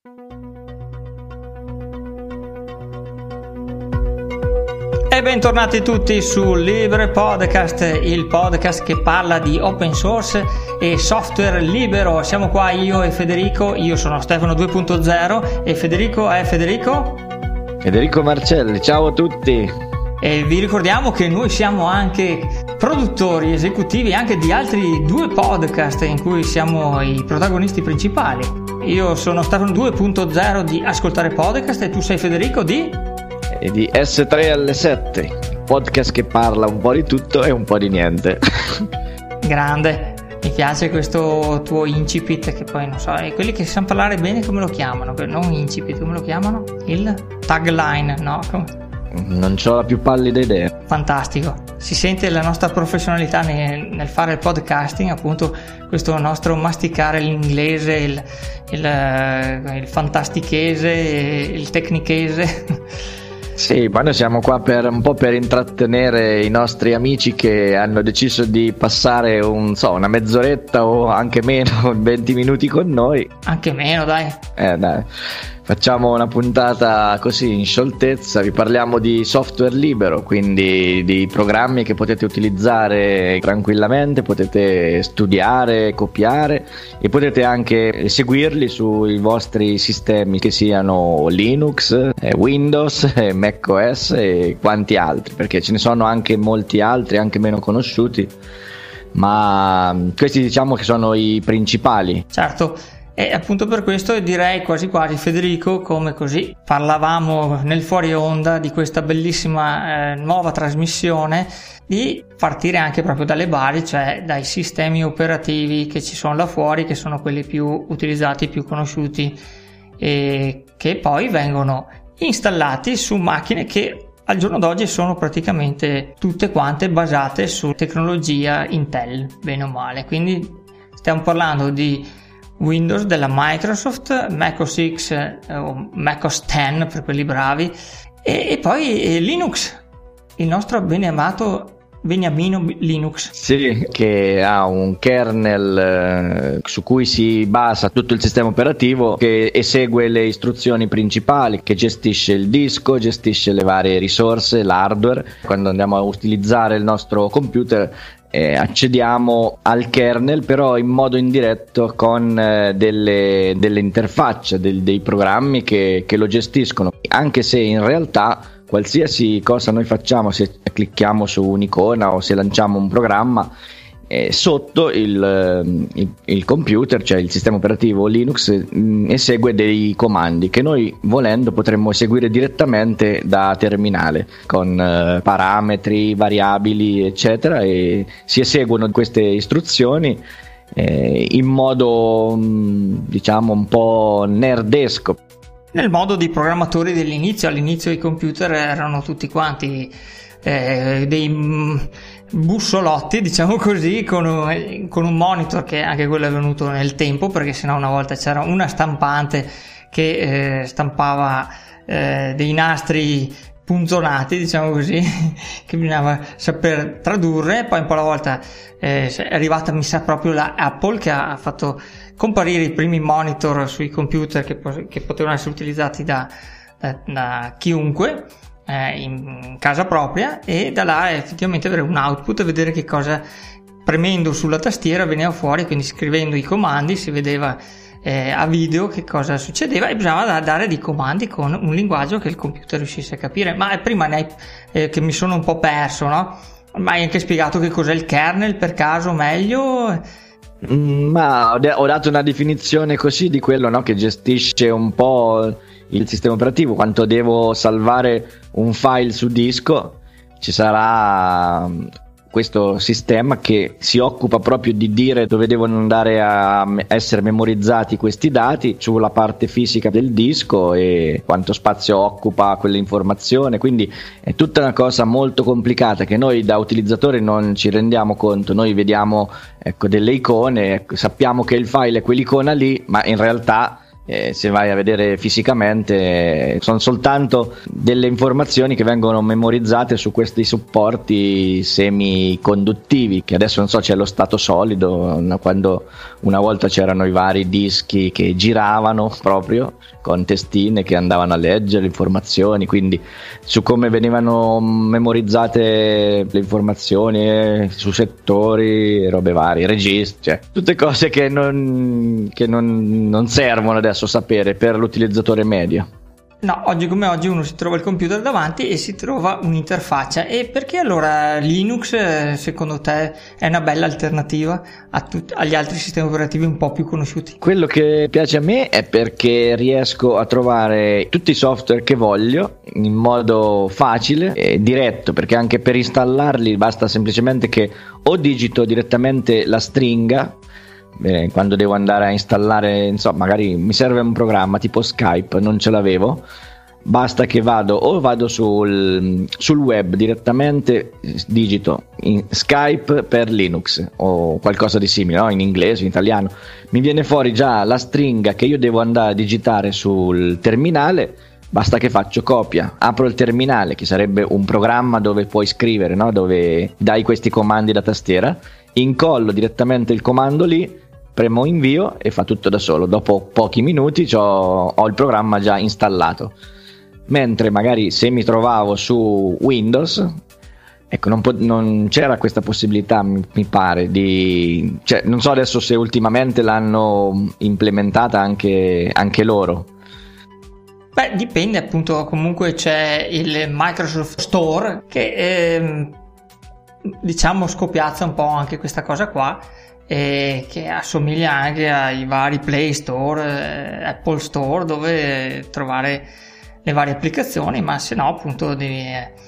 E bentornati tutti su Libre Podcast, il podcast che parla di open source e software libero. Siamo qua io e Federico, io sono Stefano 2.0 e Federico è Federico Marcelli, ciao a tutti. E vi ricordiamo che noi siamo anche produttori esecutivi anche di altri due podcast in cui siamo i protagonisti principali. Io sono Stefano 2.0 di Ascoltare Podcast e tu sei Federico di S3L7, podcast che parla un po' di tutto e un po' di niente. Grande, mi piace questo tuo incipit, che poi non so, e quelli che sanno parlare bene come lo chiamano? Non incipit, come lo chiamano? Il tagline, no? Non c'ho la più pallida idea. Fantastico, si sente la nostra professionalità nel fare il podcasting, appunto questo nostro masticare l'inglese, il fantastichese, il tecnichese. Sì, ma noi siamo qua un po' per intrattenere i nostri amici che hanno deciso di passare una mezz'oretta o anche meno, 20 minuti con noi. Anche meno, dai. Dai. Facciamo una puntata così in scioltezza, vi parliamo di software libero, quindi di programmi che potete utilizzare tranquillamente, potete studiare, copiare e potete anche eseguirli sui vostri sistemi che siano Linux, Windows, macOS e quanti altri, perché ce ne sono anche molti altri, anche meno conosciuti, ma questi diciamo che sono i principali. Certo. E appunto per questo direi quasi quasi, Federico, come così parlavamo nel fuori onda di questa bellissima nuova trasmissione, di partire anche proprio dalle basi, cioè dai sistemi operativi che ci sono là fuori, che sono quelli più utilizzati, più conosciuti e che poi vengono installati su macchine che al giorno d'oggi sono praticamente tutte quante basate su tecnologia Intel, bene o male. Quindi stiamo parlando di Windows della Microsoft, macOS X o macOS 10 per quelli bravi e poi Linux, il nostro beneamato beniamino Linux. Sì, che ha un kernel su cui si basa tutto il sistema operativo, che esegue le istruzioni principali, che gestisce il disco, gestisce le varie risorse, l'hardware. Quando andiamo a utilizzare il nostro computer accediamo al kernel, però in modo indiretto con delle interfacce, dei programmi che lo gestiscono, anche se in realtà qualsiasi cosa noi facciamo, se clicchiamo su un'icona o se lanciamo un programma, sotto il computer, cioè il sistema operativo Linux, esegue dei comandi che noi volendo potremmo eseguire direttamente da terminale con parametri, variabili eccetera, e si eseguono queste istruzioni in modo diciamo un po' nerdesco. Nel modo di programmatori dell'inizio. All'inizio i computer erano tutti quanti dei bussolotti, diciamo così, con un monitor che anche quello è venuto nel tempo, perché sennò una volta c'era una stampante che stampava dei nastri punzonati, diciamo così, che bisognava saper tradurre. Poi un po' alla volta è arrivata, mi sa, proprio la Apple, che ha fatto comparire i primi monitor sui computer che potevano essere utilizzati da chiunque in casa propria, e da là effettivamente avere un output e vedere che cosa, premendo sulla tastiera, veniva fuori. Quindi scrivendo i comandi si vedeva a video che cosa succedeva e bisognava dare dei comandi con un linguaggio che il computer riuscisse a capire. Ma prima che mi sono un po' perso, no? Ma hai anche spiegato che cos'è il kernel, per caso, meglio? Ma ho dato una definizione così di quello, no, che gestisce un po' il sistema operativo. Quanto devo salvare un file su disco, ci sarà questo sistema che si occupa proprio di dire dove devono andare a essere memorizzati questi dati sulla parte fisica del disco e quanto spazio occupa quell'informazione. Quindi è tutta una cosa molto complicata che noi da utilizzatori non ci rendiamo conto. Noi vediamo delle icone, sappiamo che il file è quell'icona lì, ma in realtà se vai a vedere fisicamente sono soltanto delle informazioni che vengono memorizzate su questi supporti semiconduttivi, che adesso non so, c'è lo stato solido, quando una volta c'erano i vari dischi che giravano proprio con testine che andavano a leggere le informazioni, quindi su come venivano memorizzate le informazioni su settori, robe varie, registri, cioè tutte cose che non servono adesso sapere per l'utilizzatore medio. No, oggi come oggi uno si trova il computer davanti e si trova un'interfaccia. E perché allora Linux secondo te è una bella alternativa agli altri sistemi operativi un po' più conosciuti? Quello che piace a me è perché riesco a trovare tutti i software che voglio in modo facile e diretto, perché anche per installarli basta semplicemente che o digito direttamente la stringa. Quando devo andare a installare, insomma, magari mi serve un programma tipo Skype, non ce l'avevo, basta che vado sul web direttamente, digito in Skype per Linux o qualcosa di simile, no? In inglese, in italiano, mi viene fuori già la stringa che io devo andare a digitare sul terminale. Basta che faccio copia, apro il terminale, che sarebbe un programma dove puoi scrivere, no? Dove dai questi comandi da tastiera, incollo direttamente il comando lì, premo invio e fa tutto da solo. Dopo pochi minuti ho il programma già installato. Mentre magari se mi trovavo su Windows, ecco, non c'era questa possibilità, mi pare, cioè, non so adesso se ultimamente l'hanno implementata anche loro. Beh, dipende, appunto. Comunque c'è il Microsoft Store che diciamo scopiazza un po' anche questa cosa qua, che assomiglia anche ai vari Play Store, Apple Store, dove trovare le varie applicazioni, ma se no appunto devi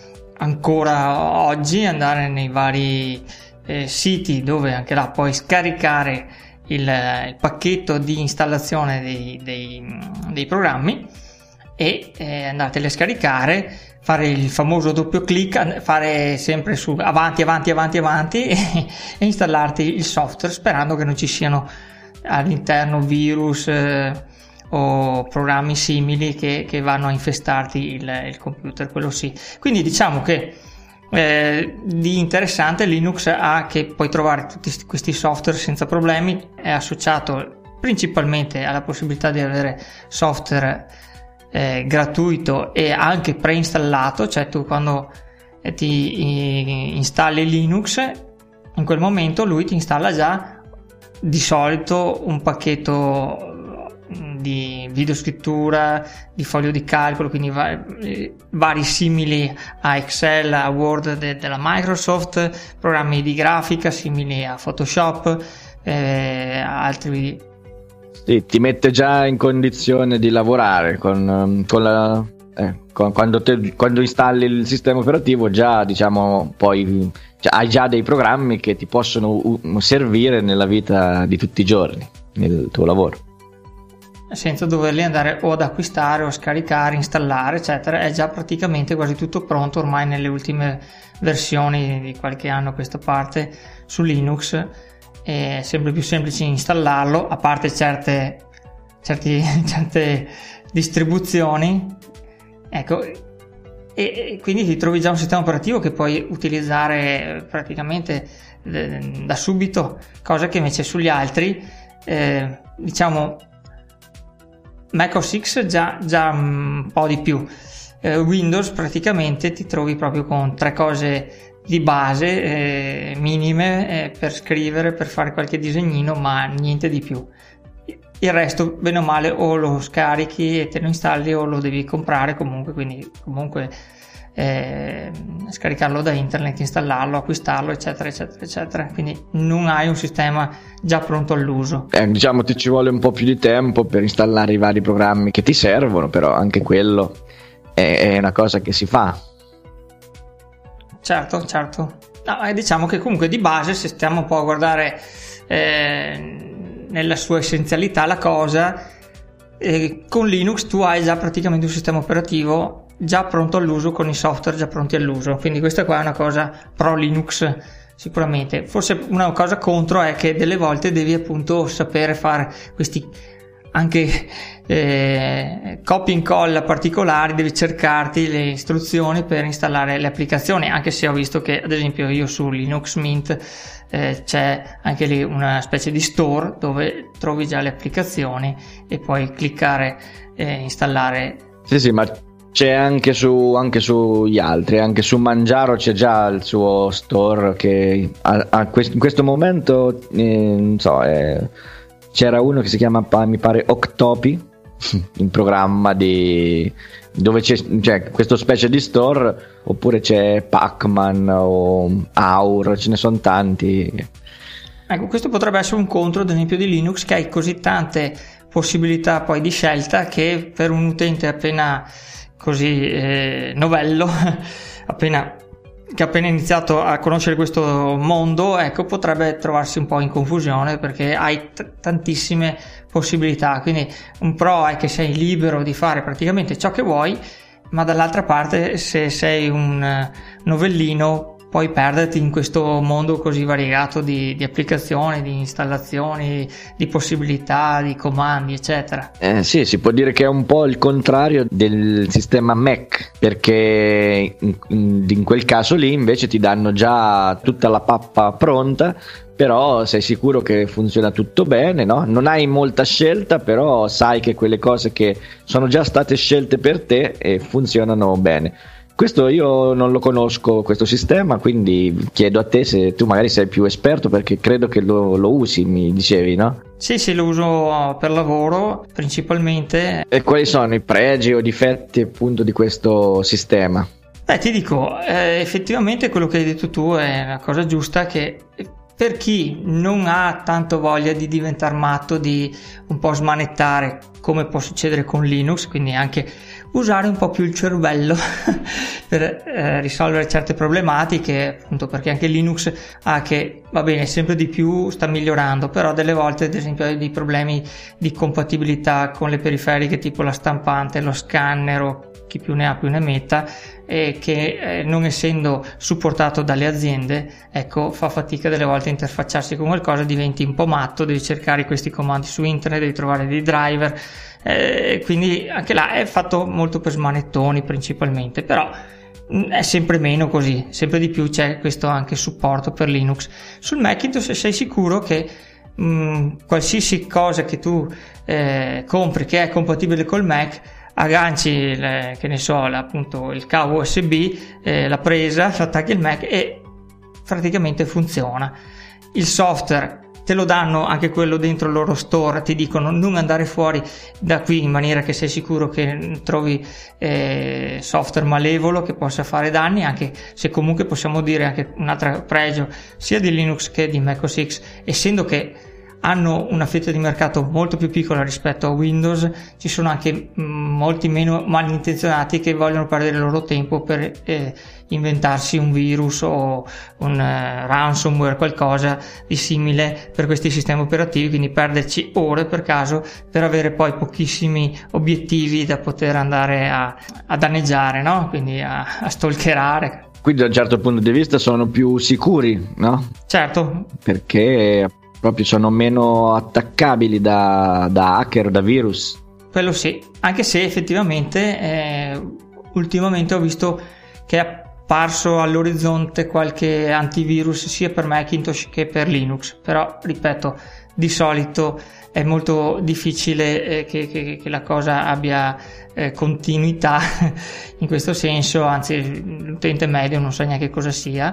ancora oggi andare nei vari siti dove anche là puoi scaricare il pacchetto di installazione dei programmi e andateli a scaricare, fare il famoso doppio clic, fare sempre su avanti e installarti il software, sperando che non ci siano all'interno virus o programmi simili che vanno a infestarti il computer, quello sì. Quindi diciamo che di interessante Linux ha che puoi trovare tutti questi software senza problemi, è associato principalmente alla possibilità di avere software gratuito e anche preinstallato, cioè tu quando ti installi Linux, in quel momento lui ti installa già di solito un pacchetto di videoscrittura, di foglio di calcolo, quindi vari simili a Excel, a Word della Microsoft, programmi di grafica simili a Photoshop, altri. Sì, ti mette già in condizione di lavorare quando installi il sistema operativo, già diciamo poi hai già dei programmi che ti possono servire nella vita di tutti i giorni, nel tuo lavoro, senza doverli andare o ad acquistare o a scaricare, installare eccetera. È già praticamente quasi tutto pronto ormai nelle ultime versioni di qualche anno a questa parte su Linux. È sempre più semplice installarlo, a parte certe distribuzioni, ecco, e quindi ti trovi già un sistema operativo che puoi utilizzare praticamente da subito, cosa che invece sugli altri diciamo Mac OS X già un po' di più, Windows praticamente ti trovi proprio con 3 cose di base minime per scrivere, per fare qualche disegnino, ma niente di più. Il resto bene o male o lo scarichi e te lo installi o lo devi comprare comunque scaricarlo da internet, installarlo, acquistarlo eccetera, quindi non hai un sistema già pronto all'uso. Diciamo ti ci vuole un po' più di tempo per installare i vari programmi che ti servono, però anche quello è una cosa che si fa. Certo. No, diciamo che comunque di base, se stiamo un po' a guardare nella sua essenzialità la cosa, con Linux tu hai già praticamente un sistema operativo già pronto all'uso, con i software già pronti all'uso, quindi questa qua è una cosa pro Linux sicuramente. Forse una cosa contro è che delle volte devi appunto sapere fare questi anche copia e incolla particolari, devi cercarti le istruzioni per installare le applicazioni, anche se ho visto che ad esempio io su Linux Mint c'è anche lì una specie di store dove trovi già le applicazioni e puoi cliccare e installare. Sì, ma c'è anche sugli altri, anche su Manjaro c'è già il suo store che in questo momento non so, c'era uno che si chiama, mi pare, Octopi, in programma dove c'è questo specie di store, oppure c'è Pacman o Aur, ce ne sono tanti. Ecco, questo potrebbe essere un contro ad esempio di Linux, che hai così tante possibilità poi di scelta che per un utente appena così novello che ha appena iniziato a conoscere questo mondo, ecco, potrebbe trovarsi un po' in confusione perché hai tantissime possibilità. Quindi un pro è che sei libero di fare praticamente ciò che vuoi, ma dall'altra parte, se sei un novellino, puoi perderti in questo mondo così variegato di applicazioni, di installazioni, di possibilità, di comandi, eccetera. Sì, si può dire che è un po' il contrario del sistema Mac, perché in quel caso lì invece ti danno già tutta la pappa pronta, però sei sicuro che funziona tutto bene, no? Non hai molta scelta, però sai che quelle cose che sono già state scelte per te e funzionano bene. Questo io non lo conosco, questo sistema, quindi chiedo a te se tu magari sei più esperto, perché credo che lo usi, mi dicevi, no? Sì, lo uso per lavoro principalmente. E quali sono i pregi o difetti appunto di questo sistema? Ti dico, effettivamente quello che hai detto tu è una cosa giusta, che per chi non ha tanto voglia di diventare matto, di un po' smanettare, come può succedere con Linux, quindi anche usare un po' più il cervello per risolvere certe problematiche, appunto perché anche Linux va bene, sempre di più sta migliorando, però delle volte ad esempio ha dei problemi di compatibilità con le periferiche tipo la stampante, lo scanner o chi più ne ha più ne metta, e che non essendo supportato dalle aziende, ecco, fa fatica delle volte a interfacciarsi con qualcosa, diventi un po' matto, devi cercare questi comandi su internet, devi trovare dei driver, quindi anche là è fatto molto per smanettoni principalmente, però è sempre meno così, sempre di più c'è questo anche supporto per Linux. Sul Macintosh sei sicuro che qualsiasi cosa che tu compri che è compatibile col Mac, agganci che ne so, appunto il cavo USB, la presa, attacchi il Mac e praticamente funziona. Il software te lo danno anche quello dentro il loro store, ti dicono non andare fuori da qui, in maniera che sei sicuro che trovi software malevolo che possa fare danni, anche se comunque possiamo dire anche un altro pregio sia di Linux che di Mac OS X, essendo che hanno una fetta di mercato molto più piccola rispetto a Windows, ci sono anche molti meno malintenzionati che vogliono perdere il loro tempo per inventarsi un virus o un ransomware, qualcosa di simile per questi sistemi operativi, quindi perderci ore per caso per avere poi pochissimi obiettivi da poter andare a danneggiare, no? Quindi a stalkerare. Quindi da un certo punto di vista sono più sicuri, no? Certo. Perché proprio sono meno attaccabili da hacker, da virus. Quello sì, anche se effettivamente ultimamente ho visto che è apparso all'orizzonte qualche antivirus sia per Macintosh che per Linux, però ripeto, di solito è molto difficile che la cosa abbia continuità in questo senso, anzi l'utente medio non sa neanche cosa sia,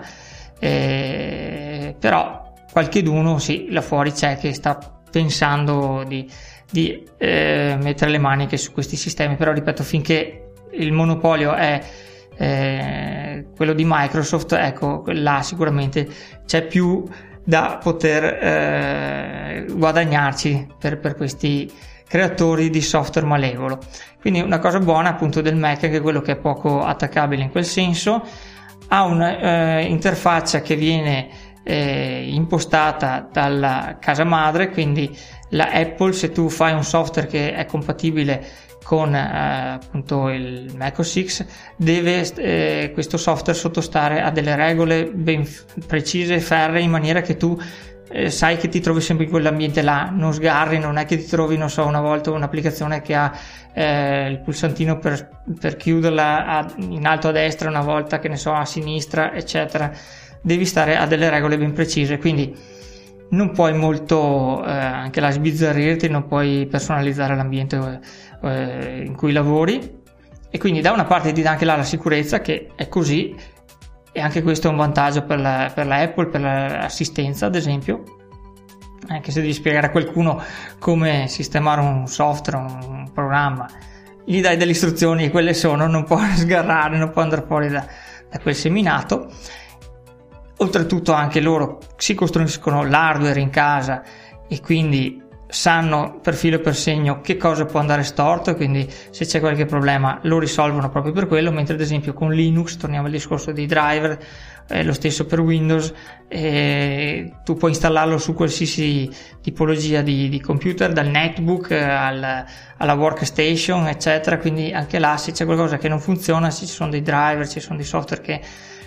però qualcheduno sì, là fuori c'è che sta pensando di mettere le mani anche su questi sistemi, però ripeto, finché il monopolio è quello di Microsoft, ecco, là sicuramente c'è più da poter guadagnarci per questi creatori di software malevolo. Quindi una cosa buona appunto del Mac è che quello che è poco attaccabile in quel senso, ha una interfaccia che viene impostata dalla casa madre, quindi la Apple, se tu fai un software che è compatibile con appunto il Mac OS X, deve questo software sottostare a delle regole ben precise e ferree, in maniera che tu sai che ti trovi sempre in quell'ambiente là, non sgarri, non è che ti trovi, non so, una volta un'applicazione che ha il pulsantino per chiuderla in alto a destra, una volta, che ne so, a sinistra, eccetera. Devi stare a delle regole ben precise, quindi non puoi molto anche là sbizzarrirti, non puoi personalizzare l'ambiente in cui lavori, e quindi da una parte ti dà anche là la sicurezza, che è così, e anche questo è un vantaggio per la Apple, per l'assistenza ad esempio, anche se devi spiegare a qualcuno come sistemare un software, un programma, gli dai delle istruzioni e quelle sono, non può sgarrare, non può andare fuori da quel seminato. Oltretutto anche loro si costruiscono l'hardware in casa e quindi sanno per filo e per segno che cosa può andare storto, quindi se c'è qualche problema lo risolvono proprio per quello, mentre ad esempio con Linux, torniamo al discorso dei driver, lo stesso per Windows, tu puoi installarlo su qualsiasi tipologia di computer, dal netbook alla workstation eccetera, quindi anche là se c'è qualcosa che non funziona, se ci sono dei driver, ci sono dei software che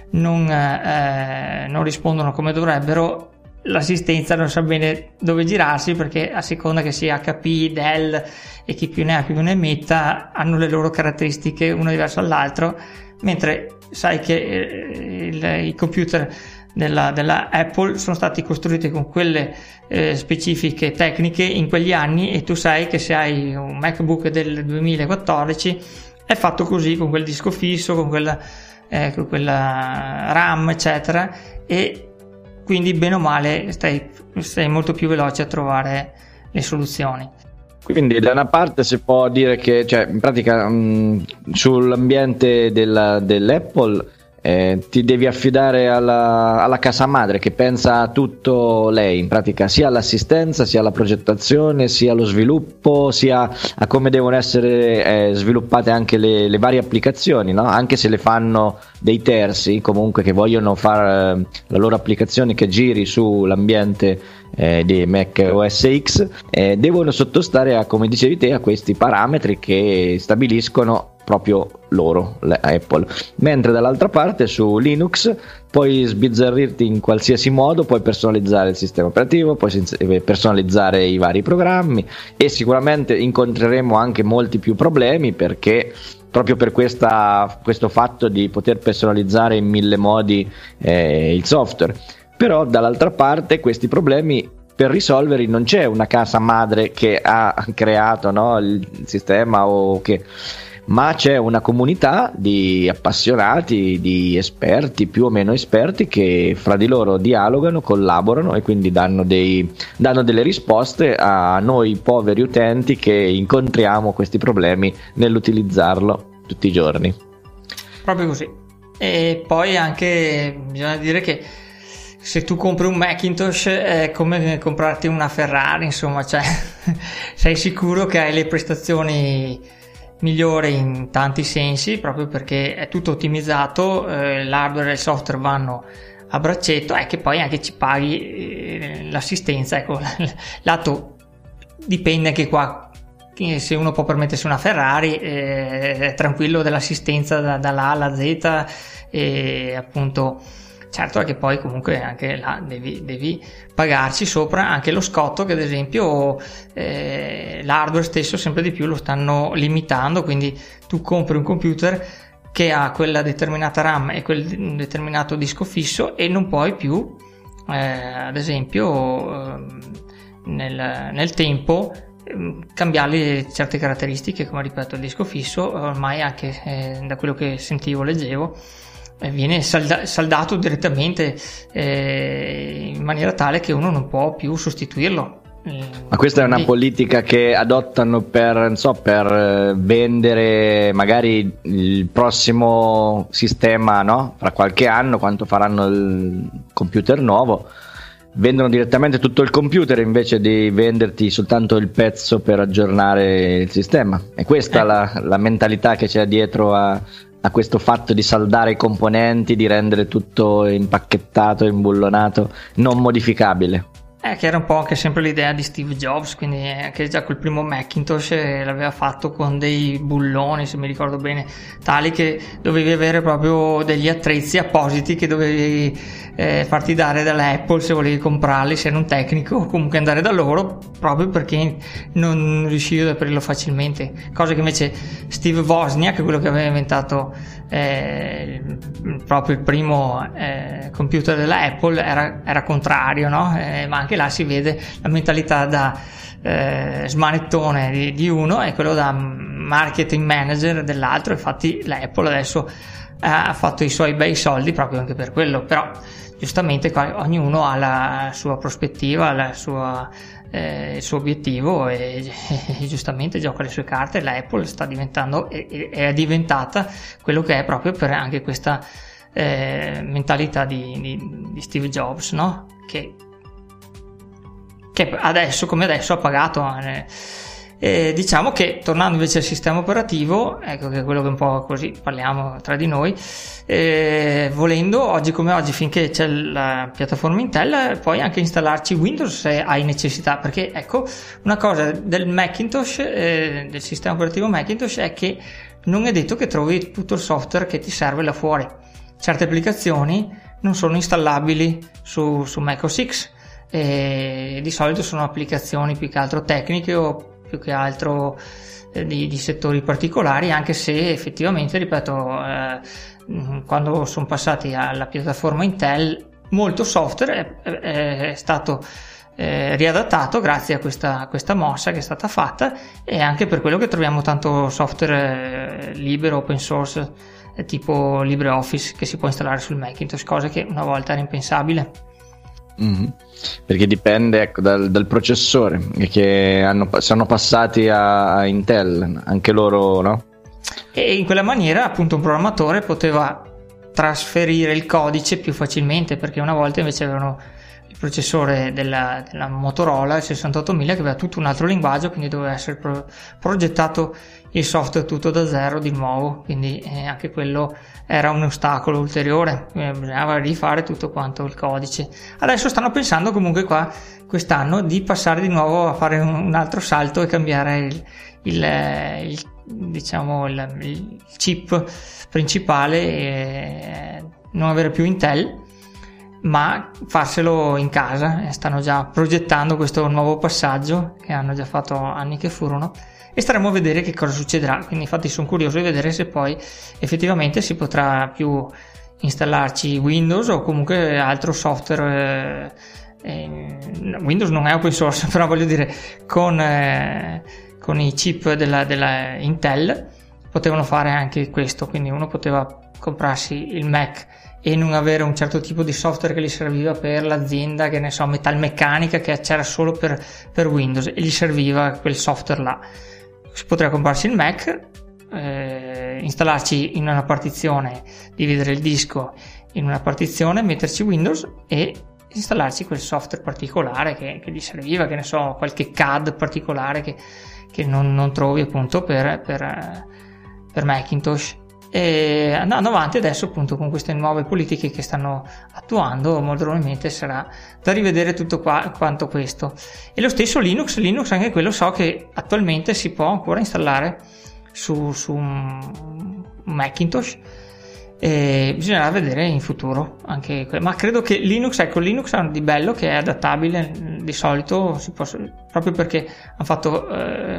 non rispondono come dovrebbero, l'assistenza non sa bene dove girarsi, perché a seconda che sia HP, Dell e chi più ne ha più ne metta, hanno le loro caratteristiche una diversa dall'altro, mentre sai che i computer della Apple sono stati costruiti con quelle specifiche tecniche in quegli anni, e tu sai che se hai un MacBook del 2014 è fatto così, con quel disco fisso, con quella RAM eccetera, e quindi bene o male stai molto più veloce a trovare le soluzioni. Quindi da una parte si può dire che, cioè, in pratica sull'ambiente dell'Apple ti devi affidare alla casa madre che pensa a tutto lei, in pratica sia all'assistenza, sia alla progettazione, sia allo sviluppo, sia a come devono essere sviluppate anche le varie applicazioni, no? Anche se le fanno dei terzi comunque che vogliono fare la loro applicazione che giri sull'ambiente di Mac OS X, devono sottostare a, come dicevi te, a questi parametri che stabiliscono proprio loro, Apple. Mentre dall'altra parte su Linux puoi sbizzarrirti in qualsiasi modo, puoi personalizzare il sistema operativo, puoi personalizzare i vari programmi, e sicuramente incontreremo anche molti più problemi, perché proprio per questo fatto di poter personalizzare in 1000 modi il software. Però dall'altra parte questi problemi, per risolverli non c'è una casa madre che ha creato, no, il sistema, ma c'è una comunità di appassionati, di esperti, più o meno esperti, che fra di loro dialogano, collaborano e quindi danno delle risposte a noi poveri utenti che incontriamo questi problemi nell'utilizzarlo tutti i giorni. Proprio così. E poi anche bisogna dire che se tu compri un Macintosh è come comprarti una Ferrari, insomma, cioè sei sicuro che hai le prestazioni migliori in tanti sensi, proprio perché è tutto ottimizzato, l'hardware e il software vanno a braccetto, e che poi anche ci paghi l'assistenza. Ecco, lato dipende anche qua, se uno può permettersi una Ferrari è tranquillo dell'assistenza dalla A alla Z, e appunto certo è che poi comunque anche là devi pagarci sopra anche lo scotto, che ad esempio l'hardware stesso sempre di più lo stanno limitando, quindi tu compri un computer che ha quella determinata RAM e quel determinato disco fisso e non puoi più ad esempio nel tempo cambiargli certe caratteristiche, come ripeto il disco fisso ormai anche da quello che sentivo, leggevo, viene saldato direttamente in maniera tale che uno non può più sostituirlo. Ma questa è una politica che adottano per vendere magari il prossimo sistema, no? Fra qualche anno, quando faranno il computer nuovo, vendono direttamente tutto il computer invece di venderti soltanto il pezzo per aggiornare il sistema. E questa è la mentalità che c'è dietro a questo fatto di saldare i componenti, di rendere tutto impacchettato, imbullonato, non modificabile. Che era un po' anche sempre l'idea di Steve Jobs, quindi anche già quel primo Macintosh l'aveva fatto con dei bulloni, se mi ricordo bene, tali che dovevi avere proprio degli attrezzi appositi che dovevi farti dare dall'Apple se volevi comprarli, se eri un tecnico, o comunque andare da loro, proprio perché non riuscivi ad aprirlo facilmente, cosa che invece Steve Wozniak, quello che aveva inventato proprio il primo computer della Apple, era contrario, no? Ma anche là si vede la mentalità da smanettone di uno e quello da marketing manager dell'altro. Infatti l'Apple adesso ha fatto i suoi bei soldi proprio anche per quello, però giustamente ognuno ha la sua prospettiva, il suo obiettivo e giustamente gioca le sue carte. La Apple sta diventando e è diventata quello che è proprio per anche questa mentalità di Steve Jobs, no? Che adesso come adesso ha pagato. Diciamo che, tornando invece al sistema operativo, ecco che è quello che un po' così parliamo tra di noi, volendo oggi come oggi, finché c'è la piattaforma Intel, puoi anche installarci Windows se hai necessità, perché ecco, una cosa del Macintosh, del sistema operativo Macintosh, è che non è detto che trovi tutto il software che ti serve là fuori. Certe applicazioni non sono installabili su Mac OS X, di solito sono applicazioni più che altro tecniche o più che altro di settori particolari, anche se effettivamente, ripeto, quando sono passati alla piattaforma Intel molto software è stato riadattato grazie a questa mossa che è stata fatta, e anche per quello che troviamo tanto software libero, open source, tipo LibreOffice, che si può installare sul Macintosh, cosa che una volta era impensabile. Mm-hmm. Perché dipende, ecco, dal processore che sono passati a Intel anche loro, no? E in quella maniera appunto un programmatore poteva trasferire il codice più facilmente, perché una volta invece avevano il processore della Motorola, il 68000, che aveva tutto un altro linguaggio, quindi doveva essere progettato il software tutto da zero di nuovo, quindi anche quello era un ostacolo ulteriore, bisognava rifare tutto quanto il codice. Adesso stanno pensando comunque quest'anno di passare di nuovo a fare un altro salto e cambiare il chip principale, e non avere più Intel ma farselo in casa. Stanno già progettando questo nuovo passaggio, che hanno già fatto anni che furono, e staremo a vedere che cosa succederà. Quindi infatti sono curioso di vedere se poi effettivamente si potrà più installarci Windows o comunque altro software. Windows non è open source, però voglio dire, con i chip della Intel potevano fare anche questo, quindi uno poteva comprarsi il Mac e non avere un certo tipo di software che gli serviva per l'azienda, che ne so, metalmeccanica, che c'era solo per Windows, e gli serviva quel software là. Si poteva comprarsi il Mac, installarci in una partizione, dividere il disco in una partizione, metterci Windows e installarci quel software particolare che gli serviva, che ne so, qualche CAD particolare che non trovi appunto per Macintosh. E andando avanti adesso appunto con queste nuove politiche che stanno attuando, molto probabilmente sarà da rivedere tutto quanto questo. E lo stesso Linux anche quello so che attualmente si può ancora installare su un Macintosh, e bisognerà vedere in futuro anche ma credo che Linux ha di bello che è adattabile. Di solito si può, proprio perché hanno fatto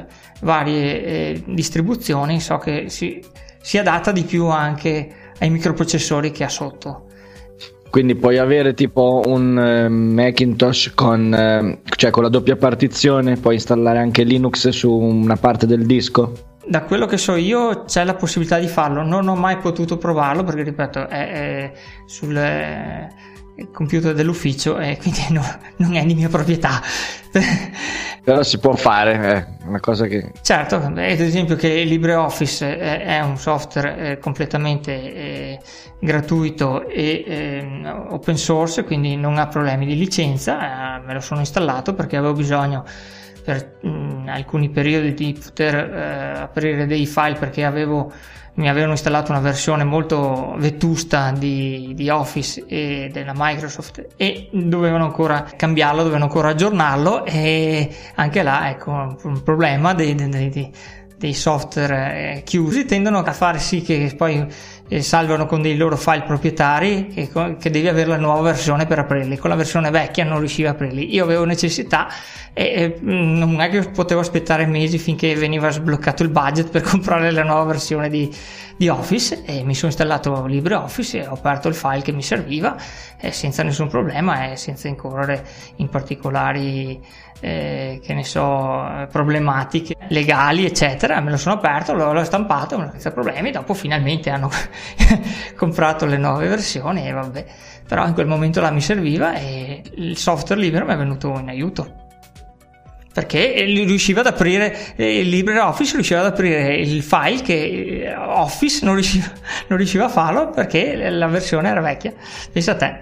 varie distribuzioni, so che si adatta di più anche ai microprocessori che ha sotto. Quindi puoi avere tipo un Macintosh con la doppia partizione, puoi installare anche Linux su una parte del disco? Da quello che so io c'è la possibilità di farlo, non ho mai potuto provarlo perché, ripeto, è sul computer dell'ufficio e quindi non è di mia proprietà. Però si può fare, è una cosa che... Certo, ad esempio che LibreOffice è un software completamente gratuito e open source, quindi non ha problemi di licenza. Me lo sono installato perché avevo bisogno per alcuni periodi di poter aprire dei file, perché mi avevano installato una versione molto vetusta di Office e della Microsoft e dovevano ancora cambiarlo, dovevano ancora aggiornarlo, e anche là ecco un problema dei software chiusi tendono a fare sì che poi salvano con dei loro file proprietari che devi avere la nuova versione per aprirli. Con la versione vecchia non riuscivo a aprirli. Io avevo necessità e non è che potevo aspettare mesi finché veniva sbloccato il budget per comprare la nuova versione di Office, e mi sono installato LibreOffice e ho aperto il file che mi serviva senza nessun problema e senza incorrere in particolari che ne so, problematiche legali eccetera. Me lo sono aperto, l'ho stampato senza problemi, dopo finalmente hanno comprato le nuove versioni e vabbè, però in quel momento là mi serviva e il software libero mi è venuto in aiuto, perché riusciva ad aprire il LibreOffice, riusciva ad aprire il file che Office non riusciva a farlo perché la versione era vecchia. Pensa a te.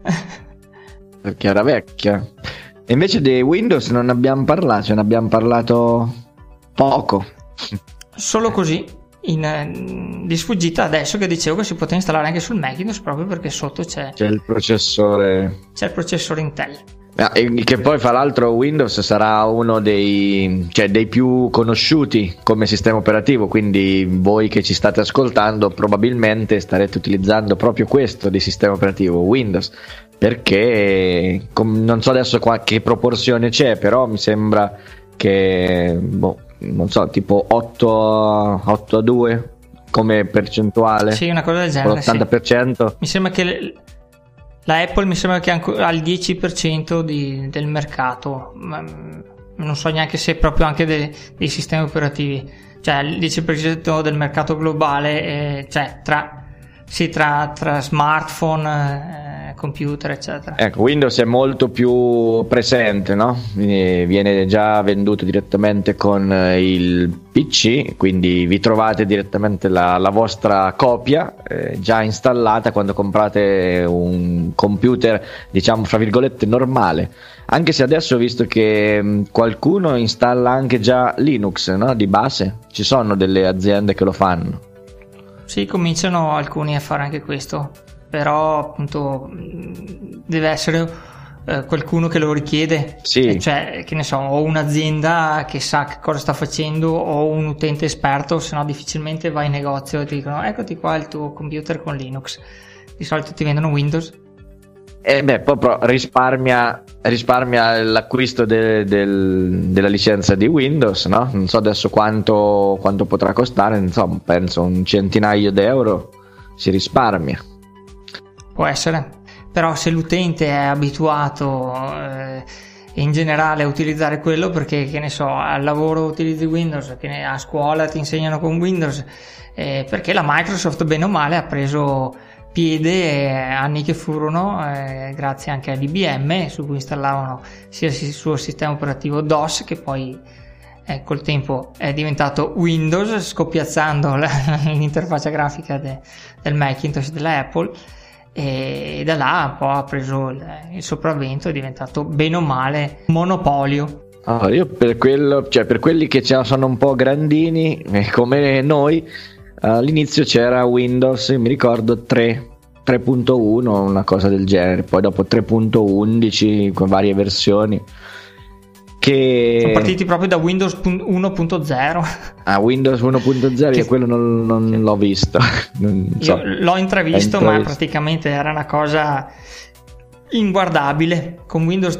Perché era vecchia. E invece di Windows non abbiamo parlato, ce ne abbiamo parlato poco. Solo così, di sfuggita, adesso che dicevo che si poteva installare anche sul Macintosh, proprio perché sotto c'è il processore. C'è il processore Intel. Che poi fra l'altro Windows sarà uno dei più conosciuti come sistema operativo, quindi voi che ci state ascoltando probabilmente starete utilizzando proprio questo di sistema operativo, Windows, perché non so adesso che proporzione c'è, però mi sembra che non so, tipo 8-2 come percentuale. Sì, una cosa del genere, l'80%. Sì. Mi sembra che la Apple mi sembra che ha il 10% del mercato, non so neanche se proprio anche dei sistemi operativi, cioè il 10% del mercato globale, cioè tra smartphone, computer eccetera. Ecco, Windows è molto più presente, no? Viene già venduto direttamente con il PC, quindi vi trovate direttamente la vostra copia già installata quando comprate un computer, diciamo fra virgolette normale, anche se adesso ho visto che qualcuno installa anche già Linux, no? Di base ci sono delle aziende che lo fanno. Sì, cominciano alcuni a fare anche questo, però appunto deve essere qualcuno che lo richiede, sì. Cioè, che ne so, o un'azienda che sa che cosa sta facendo o un utente esperto, se no difficilmente vai in negozio e ti dicono eccoti qua il tuo computer con Linux. Di solito ti vendono Windows. Proprio risparmia l'acquisto della licenza di Windows, no? Non so adesso quanto potrà costare, insomma, penso un centinaio d'euro si risparmia. Può essere, però se l'utente è abituato in generale a utilizzare quello, perché che ne so, al lavoro utilizzi Windows, a scuola ti insegnano con Windows, perché la Microsoft bene o male ha preso piede anni che furono, grazie anche all'IBM, su cui installavano sia il suo sistema operativo DOS, che poi col tempo è diventato Windows, scoppiazzando l'interfaccia grafica del Macintosh della Apple, e da là un po' ha preso il sopravvento, è diventato bene o male monopolio. Io per quelli che sono un po' grandini come noi, all'inizio c'era Windows, mi ricordo 3.1, una cosa del genere, poi dopo 3.11 con varie versioni che sono partiti proprio da Windows 1.0. Windows 1.0 io quello non l'ho visto. Non so. Io l'ho intravisto, ma praticamente era una cosa inguardabile. Con Windows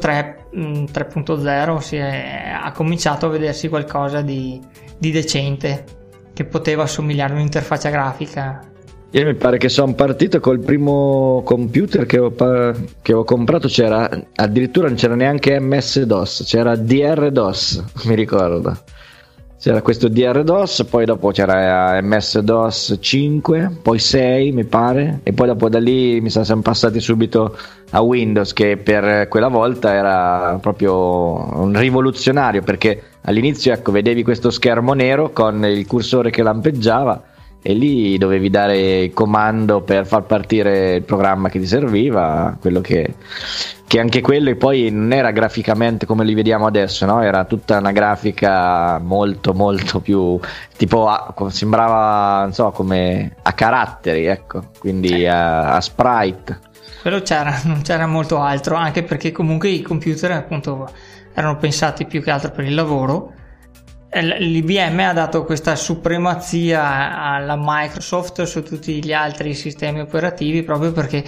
3.0 ha cominciato a vedersi qualcosa di decente, che poteva assomigliare a un'interfaccia grafica. Io mi pare che sono partito col primo computer che ho comprato, addirittura non c'era neanche MS-DOS, c'era DR-DOS, mi ricordo. C'era questo DR-DOS, poi dopo c'era MS-DOS 5, poi 6 mi pare, e poi dopo da lì siamo passati subito a Windows, che per quella volta era proprio un rivoluzionario, perché all'inizio vedevi questo schermo nero con il cursore che lampeggiava, e lì dovevi dare il comando per far partire il programma che ti serviva, quello che anche quello, e poi non era graficamente come li vediamo adesso, no? Era tutta una grafica molto molto più tipo sembrava, non so, come a caratteri, ecco, quindi a sprite. Quello non c'era molto altro, anche perché comunque i computer appunto erano pensati più che altro per il lavoro. L'IBM ha dato questa supremazia alla Microsoft su tutti gli altri sistemi operativi proprio perché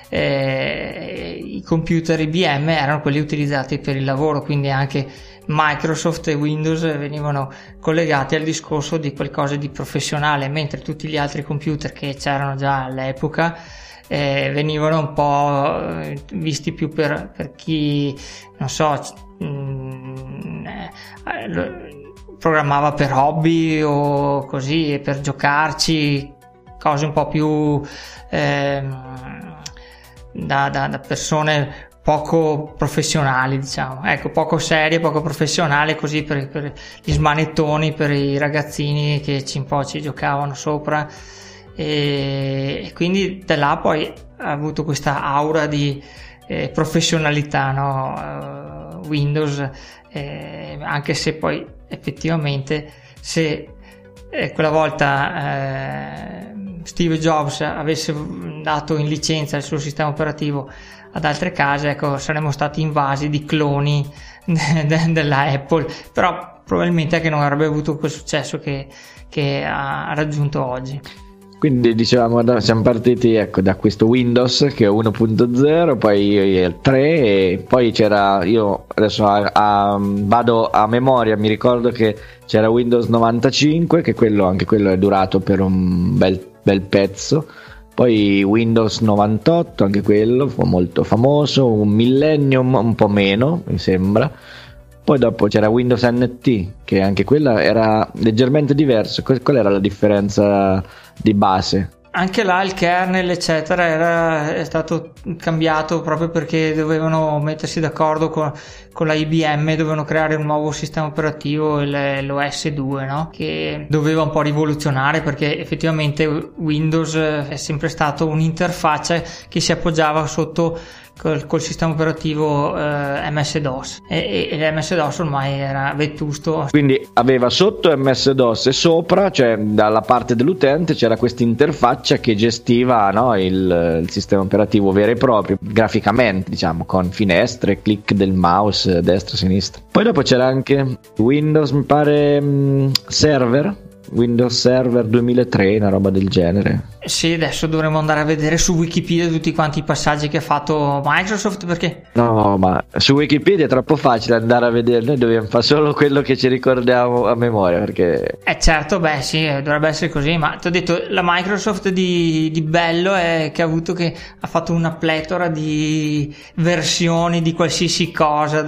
i computer IBM erano quelli utilizzati per il lavoro, quindi anche Microsoft e Windows venivano collegati al discorso di qualcosa di professionale, mentre tutti gli altri computer che c'erano già all'epoca venivano un po' visti più per chi, non so, programmava per hobby o così, e per giocarci, cose un po' più da persone poco professionali, diciamo, ecco, poco serie, poco professionale, così per gli smanettoni, per i ragazzini che un po' ci giocavano sopra, e quindi da là poi ha avuto questa aura di professionalità, no? Windows, anche se poi effettivamente se quella volta Steve Jobs avesse dato in licenza il suo sistema operativo ad altre case, ecco, saremmo stati invasi di cloni della Apple, però probabilmente anche non avrebbe avuto quel successo che ha raggiunto oggi. Quindi dicevamo, siamo partiti, ecco, da questo Windows che è 1.0, poi il 3, e poi c'era, io adesso vado a memoria, mi ricordo che c'era Windows 95, che anche quello è durato per un bel pezzo, poi Windows 98, anche quello fu molto famoso, un Millennium un po' meno, mi sembra. Poi dopo c'era Windows NT, che anche quella era leggermente diverso. Qual era la differenza di base? Anche là il kernel eccetera è stato cambiato proprio perché dovevano mettersi d'accordo con la IBM, dovevano creare un nuovo sistema operativo, l'OS 2, no? Che doveva un po' rivoluzionare, perché effettivamente Windows è sempre stato un'interfaccia che si appoggiava sotto col sistema operativo MS-DOS, e l'MS-DOS ormai era vetusto. Quindi aveva sotto MS-DOS e sopra, cioè dalla parte dell'utente, c'era questa interfaccia che gestiva, no, il sistema operativo vero e proprio, graficamente, diciamo, con finestre, click del mouse destra sinistra. Poi dopo c'era anche Windows, mi pare, Windows Server 2003, una roba del genere. Sì, adesso dovremmo andare a vedere su Wikipedia tutti quanti i passaggi che ha fatto Microsoft, perché no, ma su Wikipedia è troppo facile andare a vedere, noi dobbiamo fare solo quello che ci ricordiamo a memoria, perché certo, beh sì, dovrebbe essere così, ma ti ho detto, la Microsoft di bello è che ha fatto una pletora di versioni di qualsiasi cosa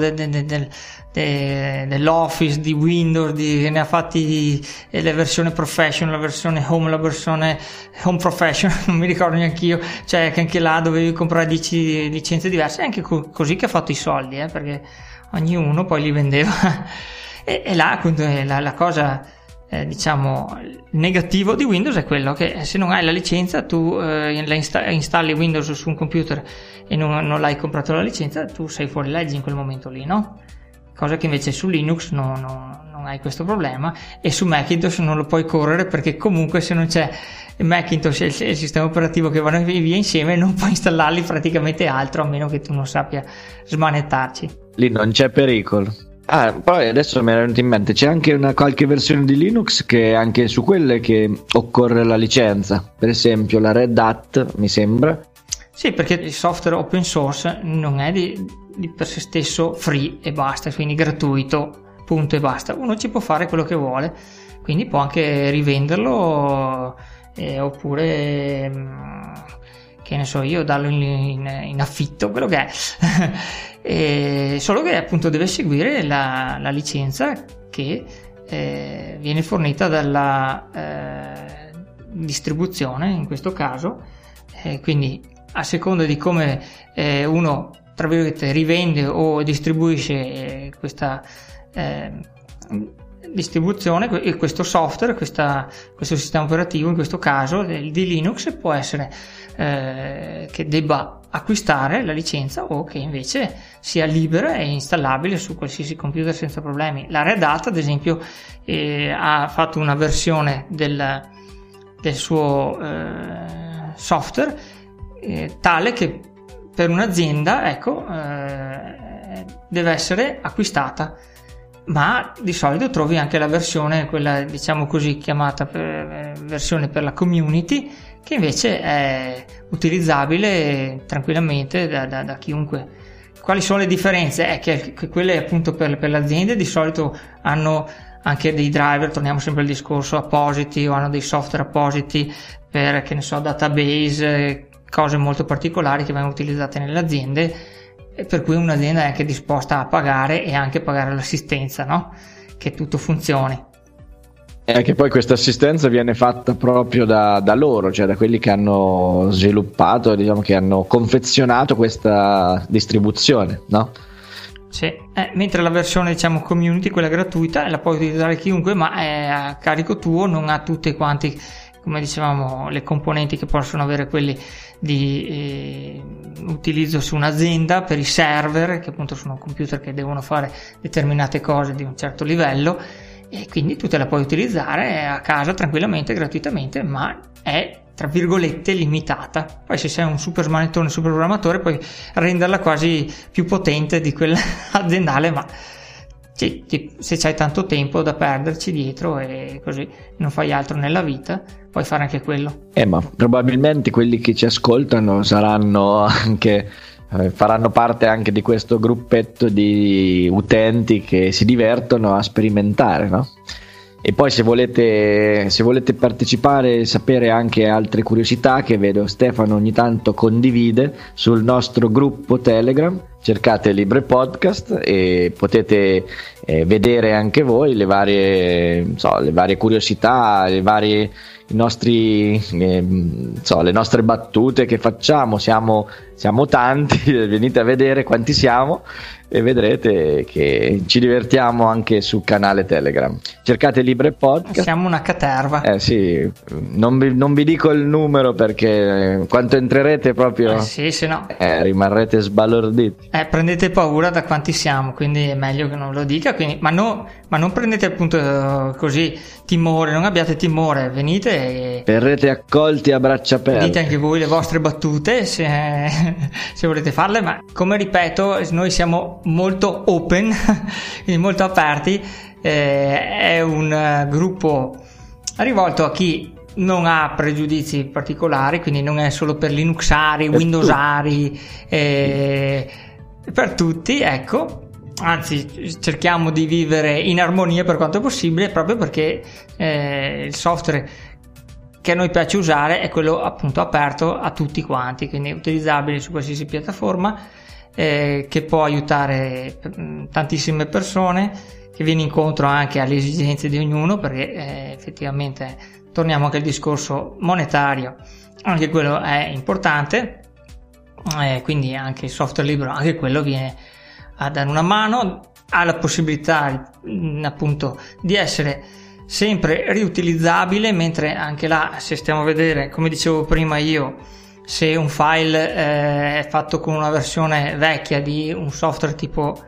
dell'Office, di Windows, ne ha fatti la versione Professional, la versione Home, la versione Home Professional, non mi ricordo neanche io, cioè che anche là dovevi comprare 10 licenze diverse, è anche così che ha fatto i soldi, perché ognuno poi li vendeva e là appunto la cosa, diciamo, negativo di Windows è quello che se non hai la licenza, tu installi Windows su un computer e non l'hai comprato la licenza, tu sei fuori legge in quel momento lì, no? Cosa che invece su Linux non hai questo problema, e su Macintosh non lo puoi correre, perché comunque se non c'è Macintosh e il sistema operativo che vanno via insieme non puoi installarli praticamente altro, a meno che tu non sappia smanettarci. Lì non c'è pericolo. Poi adesso mi è venuto in mente, c'è anche qualche versione di Linux che anche su quelle che occorre la licenza, per esempio la Red Hat, mi sembra. Sì, perché il software open source non è di per se stesso free e basta, quindi gratuito, punto e basta. Uno ci può fare quello che vuole, quindi può anche rivenderlo, oppure che ne so io, darlo in affitto, quello che è. Solo che appunto deve seguire la licenza che viene fornita dalla distribuzione in questo caso, quindi a seconda di come uno, tra virgolette, rivende o distribuisce questa distribuzione e questo software, questo sistema operativo, in questo caso di Linux, può essere che debba acquistare la licenza o che invece sia libera e installabile su qualsiasi computer senza problemi. La Red Hat, ad esempio, ha fatto una versione del suo software tale che per un'azienda, ecco, deve essere acquistata, ma di solito trovi anche la versione, quella diciamo così chiamata versione per la community, che invece è utilizzabile tranquillamente da chiunque. Quali sono le differenze? È che quelle appunto per le aziende di solito hanno anche dei driver, torniamo sempre al discorso appositi, o hanno dei software appositi per, che ne so, database, cose molto particolari che vengono utilizzate nelle aziende, e per cui un'azienda è anche disposta a pagare e anche pagare l'assistenza, no? Che tutto funzioni. E che poi questa assistenza viene fatta proprio da loro, cioè da quelli che hanno sviluppato, diciamo, che hanno confezionato questa distribuzione, no? Sì, mentre la versione, diciamo, community, quella gratuita, la puoi utilizzare chiunque, ma è a carico tuo, non ha tutte quanti, come dicevamo, le componenti che possono avere quelli di utilizzo su un'azienda per i server, che appunto sono computer che devono fare determinate cose di un certo livello, e quindi tu te la puoi utilizzare a casa tranquillamente, gratuitamente, ma è tra virgolette limitata. Poi se sei un super smanettone, super programmatore, puoi renderla quasi più potente di quella aziendale, ma se c'hai tanto tempo da perderci dietro e così non fai altro nella vita, puoi fare anche quello. Ma probabilmente quelli che ci ascoltano saranno anche faranno parte anche di questo gruppetto di utenti che si divertono a sperimentare, no? E poi se volete partecipare e sapere anche altre curiosità che vedo Stefano ogni tanto condivide sul nostro gruppo Telegram, cercate Libre Podcast e potete vedere anche voi le varie curiosità, le nostre battute che facciamo. Siamo tanti, venite a vedere quanti siamo e vedrete che ci divertiamo anche sul canale Telegram. Cercate Libre Podcast. Siamo una caterva. Sì, non vi dico il numero perché quando entrerete proprio sì, se no rimarrete sbalorditi. Prendete paura da quanti siamo, quindi è meglio che non lo dica, quindi, ma non prendete appunto così timore, non abbiate timore, venite e verrete accolti a braccia aperte. Dite anche voi le vostre battute se volete farle, ma come ripeto, noi siamo molto open, quindi molto aperti. È un gruppo rivolto a chi non ha pregiudizi particolari, quindi non è solo per Linuxari, Windowsari, per tutti, ecco. Anzi, cerchiamo di vivere in armonia per quanto possibile, proprio perché il software che a noi piace usare è quello appunto aperto a tutti quanti, quindi utilizzabile su qualsiasi piattaforma, che può aiutare tantissime persone, che viene incontro anche alle esigenze di ognuno, perché effettivamente torniamo anche al discorso monetario, anche quello è importante, quindi anche il software libero, anche quello viene a dare una mano, ha la possibilità appunto di essere sempre riutilizzabile, mentre anche là, se stiamo a vedere, come dicevo prima io, se un file è fatto con una versione vecchia di un software tipo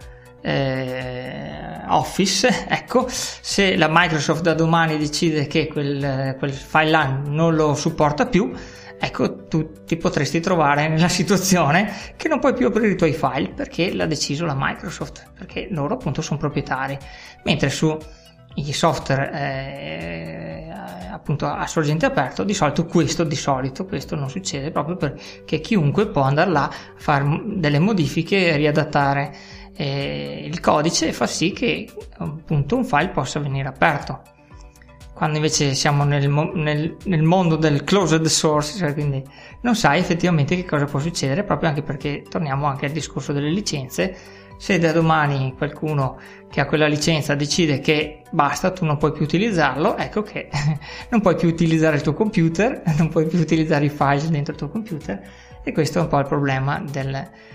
Office, ecco, se la Microsoft da domani decide che quel file là non lo supporta più, ecco, tu ti potresti trovare nella situazione che non puoi più aprire i tuoi file perché l'ha deciso la Microsoft, perché loro appunto sono proprietari, mentre su i software appunto a sorgente aperto di solito questo non succede, proprio perché chiunque può andare là a fare delle modifiche, riadattare il codice e far sì che appunto un file possa venire aperto. Quando invece siamo nel mondo del closed source, cioè quindi non sai effettivamente che cosa può succedere, proprio anche perché torniamo anche al discorso delle licenze. Se da domani qualcuno che ha quella licenza decide che basta, tu non puoi più utilizzarlo, ecco che non puoi più utilizzare il tuo computer, non puoi più utilizzare i file dentro il tuo computer, e questo è un po' il problema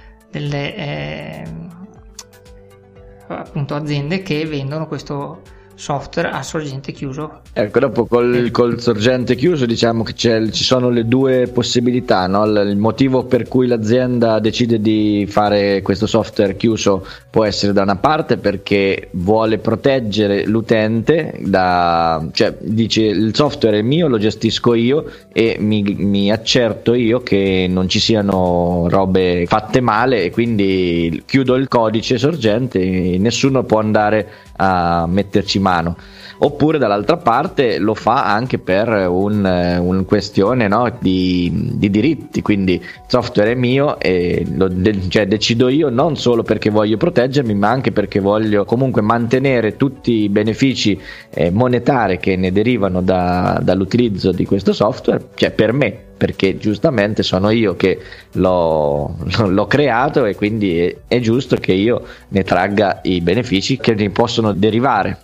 delle appunto aziende che vendono questo software a sorgente chiuso. Ecco, dopo col sorgente chiuso diciamo che ci sono le due possibilità, no? Il motivo per cui l'azienda decide di fare questo software chiuso può essere da una parte perché vuole proteggere l'utente cioè dice il software è mio, lo gestisco io e mi accerto io che non ci siano robe fatte male e quindi chiudo il codice sorgente e nessuno può andare a metterci mano. Oppure dall'altra parte lo fa anche per un questione, no, di diritti, quindi il software è mio e cioè decido io, non solo perché voglio proteggermi ma anche perché voglio comunque mantenere tutti i benefici monetari che ne derivano dall'utilizzo di questo software, cioè per me, perché giustamente sono io che l'ho creato e quindi è giusto che io ne tragga i benefici che ne possono derivare.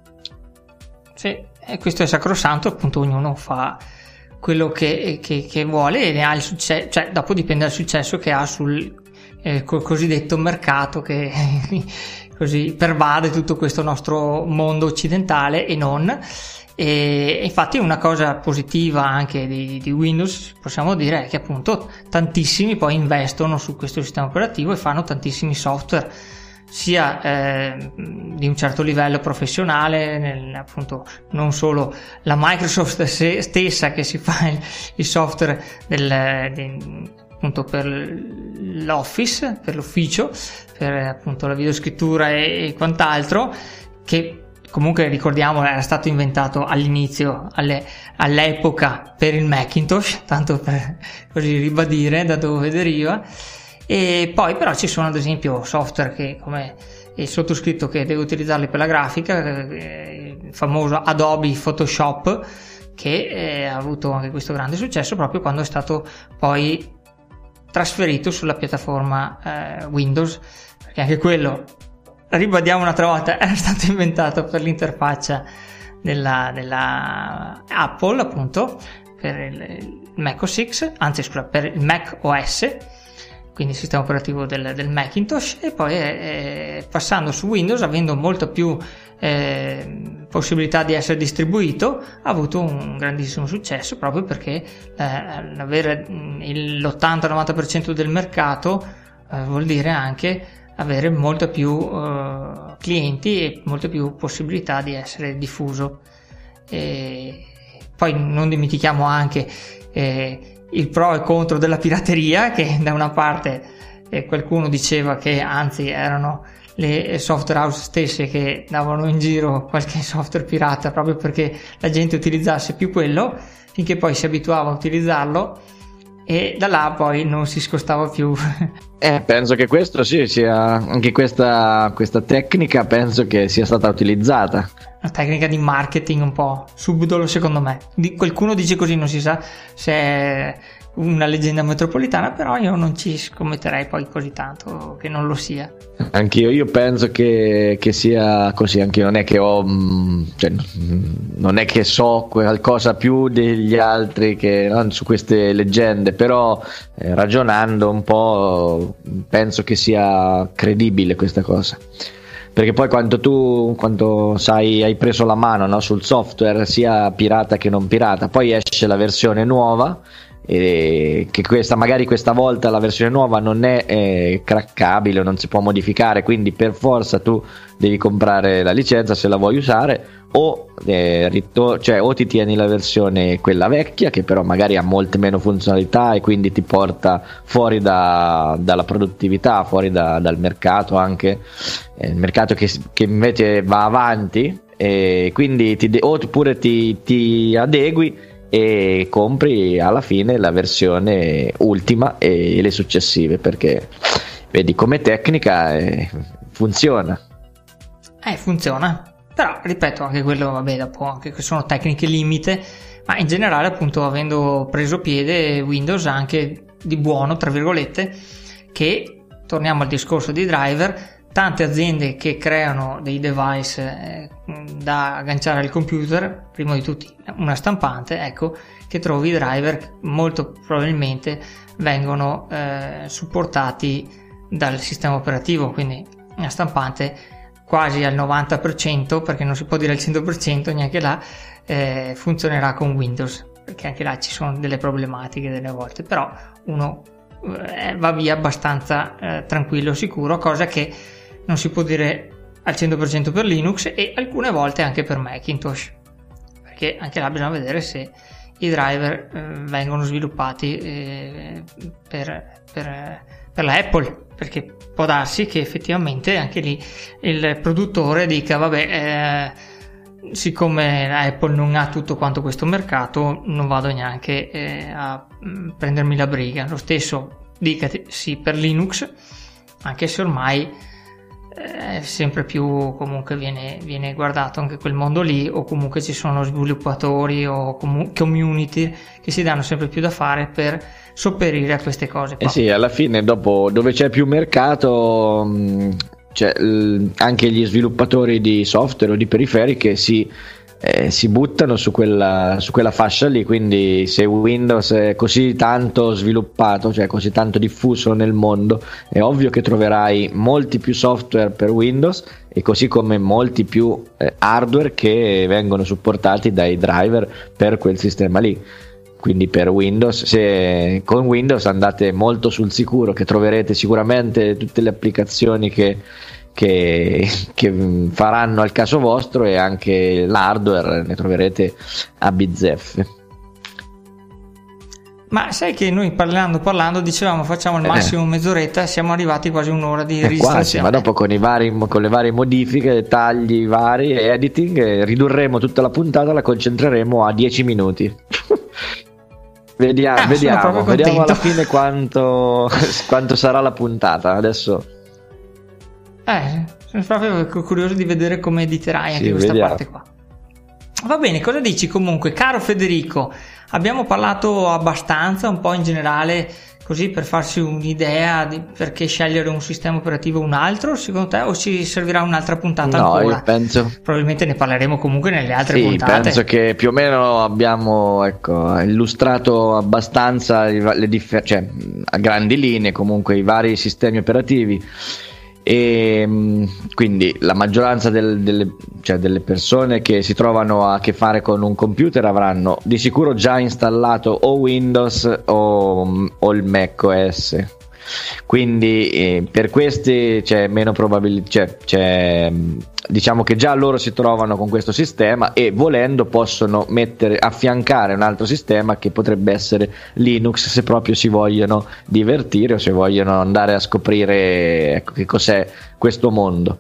Sì, e questo è sacrosanto, appunto ognuno fa quello che vuole e ne ha il successo, cioè dopo dipende dal successo che ha sul cosiddetto mercato che così pervade tutto questo nostro mondo occidentale e non. E infatti una cosa positiva anche di Windows possiamo dire è che appunto tantissimi poi investono su questo sistema operativo e fanno tantissimi software sia di un certo livello professionale, appunto non solo la Microsoft stessa che si fa il software appunto per l'Office, per l'ufficio, per appunto la videoscrittura e quant'altro, che comunque ricordiamo era stato inventato all'inizio, all'epoca per il Macintosh, tanto per così ribadire da dove deriva. E poi però ci sono ad esempio software che come il sottoscritto che deve utilizzarli per la grafica, il famoso Adobe Photoshop, che ha avuto anche questo grande successo proprio quando è stato poi trasferito sulla piattaforma Windows, perché anche quello, ribadiamo un'altra volta, era stato inventato per l'interfaccia della Apple, appunto per il Mac OS X, anzi scusa, per il Mac OS, quindi il sistema operativo del Macintosh, e poi passando su Windows, avendo molto più possibilità di essere distribuito, ha avuto un grandissimo successo proprio perché avere l'80-90% del mercato vuol dire anche avere molto più clienti e molte più possibilità di essere diffuso. E poi non dimentichiamo anche il pro e contro della pirateria, che da una parte qualcuno diceva che anzi erano le software house stesse che davano in giro qualche software pirata proprio perché la gente utilizzasse più quello, finché poi si abituava a utilizzarlo e da là poi non si scostava più. Penso che questo sì, sia anche questa tecnica, penso che sia stata utilizzata. Una tecnica di marketing un po' subdolo, secondo me. Qualcuno dice così, non si sa se è una leggenda metropolitana, però io non ci scommetterei poi così tanto che non lo sia. Anch'io, io penso che sia così, anche non è che non è che so qualcosa più degli altri che su queste leggende, però ragionando un po' penso che sia credibile questa cosa. Perché poi quando hai preso la mano, no, sul software, sia pirata che non pirata, poi esce la versione nuova, e che magari questa volta la versione nuova non è craccabile, non si può modificare, quindi per forza tu devi comprare la licenza se la vuoi usare, o ti tieni la versione quella vecchia che però magari ha molte meno funzionalità e quindi ti porta fuori dalla produttività, fuori dal mercato, anche il mercato che invece va avanti, e quindi oppure ti adegui e compri alla fine la versione ultima e le successive, perché vedi come tecnica funziona. Funziona. Però, ripeto, anche quello, vabbè, dopo anche che sono tecniche limite, ma in generale, appunto, avendo preso piede Windows anche di buono, tra virgolette, che, torniamo al discorso dei driver, tante aziende che creano dei device da agganciare al computer, prima di tutti una stampante, ecco, che trovi i driver molto probabilmente vengono supportati dal sistema operativo, quindi una stampante quasi al 90%, perché non si può dire al 100% neanche là, funzionerà con Windows, perché anche là ci sono delle problematiche delle volte, però uno va via abbastanza tranquillo, sicuro, cosa che non si può dire al 100% per Linux e alcune volte anche per Macintosh, perché anche là bisogna vedere se i driver vengono sviluppati per la Apple, perché può darsi che effettivamente anche lì il produttore dica vabbè, siccome la Apple non ha tutto quanto questo mercato, non vado neanche a prendermi la briga. Lo stesso dica sì per Linux, anche se ormai sempre più comunque viene guardato anche quel mondo lì, o comunque ci sono sviluppatori o community che si danno sempre più da fare per sopperire a queste cose qua. Sì, alla fine dopo dove c'è più mercato anche gli sviluppatori di software o di periferiche si buttano su quella fascia lì, quindi se Windows è così tanto sviluppato, cioè così tanto diffuso nel mondo, è ovvio che troverai molti più software per Windows e così come molti più hardware che vengono supportati dai driver per quel sistema lì. Quindi per Windows, se con Windows andate molto sul sicuro, che troverete sicuramente tutte le applicazioni che faranno al caso vostro, e anche l'hardware ne troverete a bizzeffe. Ma sai che noi parlando dicevamo facciamo al massimo mezz'oretta, siamo arrivati quasi un'ora di registrazione. Quasi, ma dopo con le varie modifiche, tagli vari e editing ridurremo tutta la puntata, la concentreremo a 10 minuti. Vediamo alla fine quanto sarà la puntata adesso. Sono proprio curioso di vedere come editerai anche questa parte qua. Va bene, cosa dici comunque, caro Federico? Abbiamo parlato abbastanza, un po' in generale, così per farsi un'idea di perché scegliere un sistema operativo o un altro, secondo te, o ci servirà un'altra puntata ancora? Io penso. Probabilmente ne parleremo comunque nelle altre puntate. Penso che più o meno abbiamo illustrato abbastanza a grandi linee comunque i vari sistemi operativi. E quindi la maggioranza delle persone che si trovano a che fare con un computer avranno di sicuro già installato o Windows o il Mac OS, quindi per questi c'è meno probabilità, diciamo che già loro si trovano con questo sistema e volendo possono affiancare un altro sistema che potrebbe essere Linux, se proprio si vogliono divertire o se vogliono andare a scoprire che cos'è questo mondo.